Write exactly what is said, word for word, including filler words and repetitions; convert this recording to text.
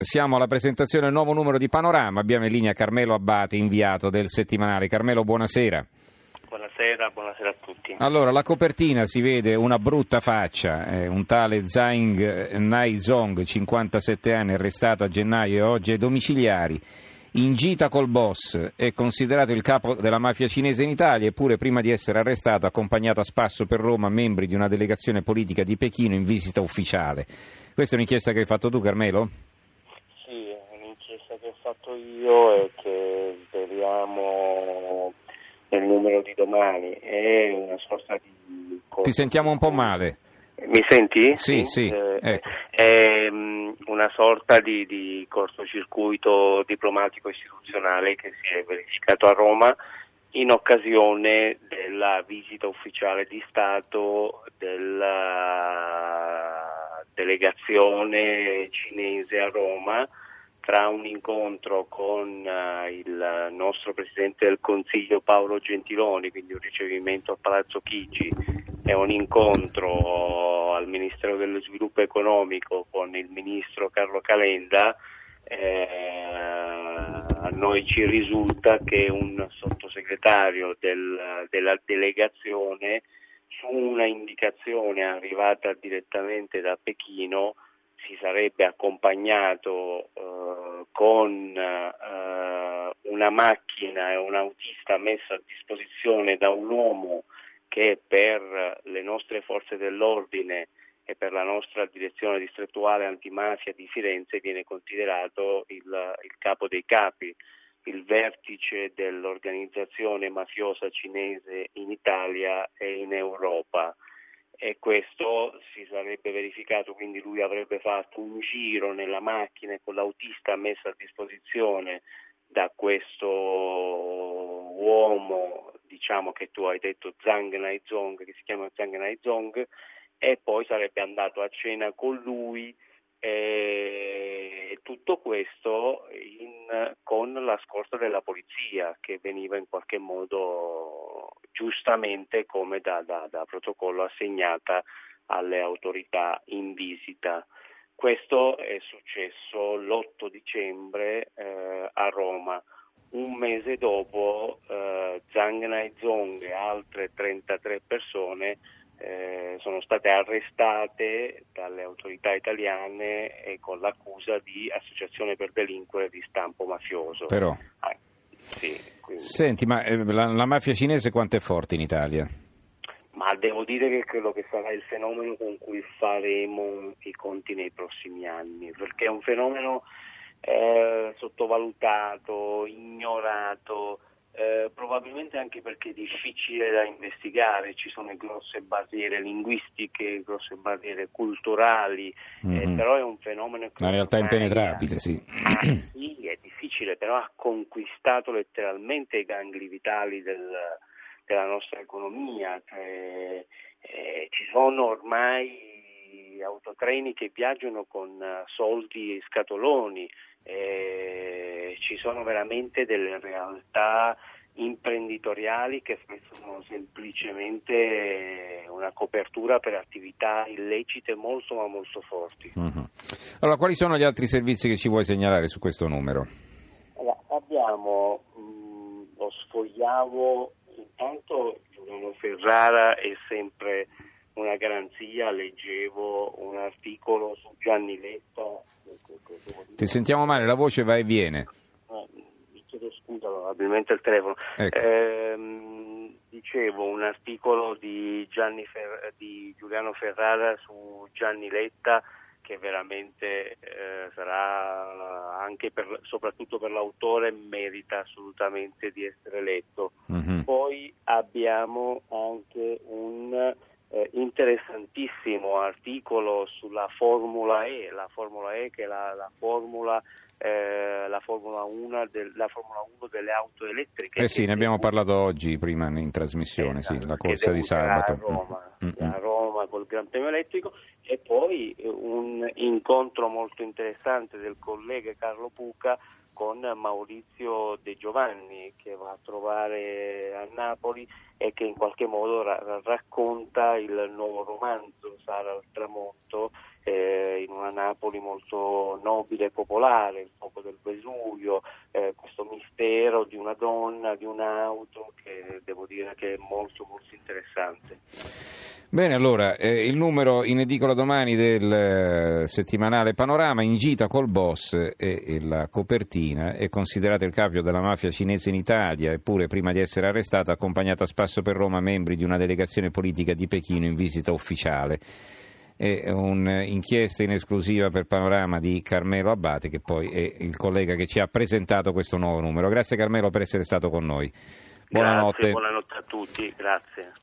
Siamo alla presentazione del nuovo numero di Panorama, abbiamo in linea Carmelo Abbate, inviato del settimanale. Carmelo, buonasera. Buonasera, buonasera a tutti. Allora, la copertina si vede una brutta faccia, eh, un tale Zhang Naizong, cinquantasette anni, arrestato a gennaio e oggi ai domiciliari, in gita col boss, è considerato il capo della mafia cinese in Italia, eppure prima di essere arrestato ha accompagnato a spasso per Roma membri di una delegazione politica di Pechino in visita ufficiale. Questa è un'inchiesta che hai fatto tu, Carmelo? Che ho fatto io e che speriamo nel numero di domani è una sorta di... Ti sentiamo un po' male. Mi senti? Sì, sì, eh, ecco. È una sorta di, di cortocircuito diplomatico istituzionale che si è verificato a Roma in occasione della visita ufficiale di Stato della delegazione cinese a Roma, tra un incontro con uh, il nostro Presidente del Consiglio Paolo Gentiloni, quindi un ricevimento a Palazzo Chigi, e un incontro al Ministero dello Sviluppo Economico con il Ministro Carlo Calenda. Eh, a noi ci risulta che un sottosegretario del, della delegazione, su una indicazione arrivata direttamente da Pechino, si sarebbe accompagnato eh, con eh, una macchina e un autista messo a disposizione da un uomo che per le nostre forze dell'ordine e per la nostra direzione distrettuale antimafia di Firenze viene considerato il, il capo dei capi, il vertice dell'organizzazione mafiosa cinese in Italia e in Europa. E questo si sarebbe verificato, quindi lui avrebbe fatto un giro nella macchina e con l'autista messo a disposizione da questo uomo, diciamo che tu hai detto Zhang Naizong, che si chiama Zhang Naizong, e poi sarebbe andato a cena con lui, e tutto questo in, con la scorta della polizia, che veniva in qualche modo giustamente come da, da, da protocollo assegnata alle autorità in visita. Questo è successo l'otto dicembre eh, a Roma. Un mese dopo eh, Zhang Naizong e altre trentatré persone eh, sono state arrestate dalle autorità italiane e con l'accusa di associazione per delinquere di stampo mafioso. Però. Ah, sì, quindi... Senti, ma eh, la, la mafia cinese quanto è forte in Italia? Ma devo dire che credo che sarà il fenomeno con cui faremo i conti nei prossimi anni, perché è un fenomeno eh, sottovalutato, ignorato, eh, probabilmente anche perché è difficile da investigare, ci sono grosse barriere linguistiche, grosse barriere culturali, mm-hmm. eh, però è un fenomeno che... Una realtà impenetrabile, sì. Ah, sì, è difficile, però ha conquistato letteralmente i gangli vitali del... della nostra economia, cioè, eh, ci sono ormai autotreni che viaggiano con uh, soldi e scatoloni, eh, ci sono veramente delle realtà imprenditoriali che spesso sono semplicemente una copertura per attività illecite molto ma molto forti. Mm-hmm. Allora, quali sono gli altri servizi che ci vuoi segnalare su questo numero? Allora, abbiamo, mh, lo sfogliavo. Intanto Giuliano Ferrara è sempre una garanzia, leggevo un articolo su Gianni Letta. Ti sentiamo male, la voce va e viene. Eh, mi chiedo scusa, probabilmente il telefono. Ecco. Eh, dicevo un articolo di, Gianni Fer- di Giuliano Ferrara su Gianni Letta che veramente eh, sarà anche per, soprattutto per l'autore merita assolutamente di essere letto. Mm-hmm. Poi abbiamo anche un eh, interessantissimo articolo sulla Formula E, la Formula E che è la, la formula eh, la Formula uno del, la Formula uno delle auto elettriche. Eh sì, ne abbiamo parlato oggi prima in trasmissione, esatto, sì, la corsa di sabato. A Roma, mm-hmm. a Roma col Gran Premio Elettrico, e poi un incontro molto interessante del collega Carlo Pucca con Maurizio De Giovanni, che va a trovare a Napoli e che in qualche modo ra- racconta il nuovo romanzo Sara al tramonto, eh, in una Napoli molto nobile e popolare, il fuoco del Vesuvio, eh, questo mistero di una donna, di un'auto, che devo dire che è molto molto interessante. Bene, allora, eh, il numero in edicola domani del eh, settimanale Panorama, In gita col boss, e, e la copertina è considerato il capo della mafia cinese in Italia, eppure prima di essere arrestato ha accompagnato a spasso per Roma membri di una delegazione politica di Pechino in visita ufficiale. È un'inchiesta in esclusiva per Panorama di Carmelo Abbate, che poi è il collega che ci ha presentato questo nuovo numero. Grazie Carmelo per essere stato con noi. Buonanotte. Grazie, buonanotte a tutti, grazie.